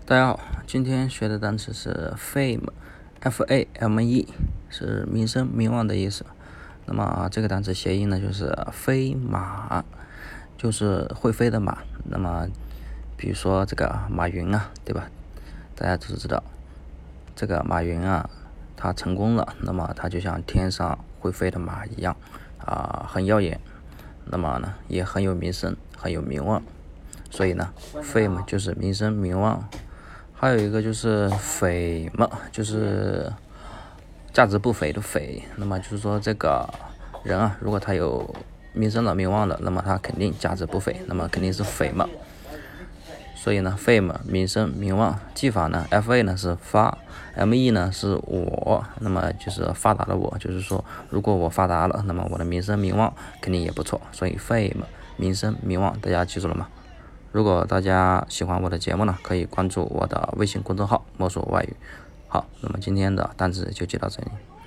大家好，今天学的单词是 fame，F-A-M-E， 是名声名望的意思。那么这个单词谐音呢，就是飞马，就是会飞的马。那么比如说这个马云啊，对吧？大家都知道，这个马云啊，他成功了，那么他就像天上会飞的马一样很耀眼。那么呢，也很有名声，很有名望。所以呢 ，fame 就是名声名望。还有一个就是匪嘛，就是价值不菲的匪。那么就是说这个人啊，如果他有名声了、名望了，那么他肯定价值不菲，那么肯定是匪嘛。所以呢 ，fame 名声名望，记法呢 ，fa 呢是发 ，me 呢是我，那么就是发达的我，就是说如果我发达了，那么我的名声名望肯定也不错。所以 fame 名声名望，大家记住了吗？如果大家喜欢我的节目呢，可以关注我的微信公众号“摸索外语”。好，那么今天的单词就记到这里。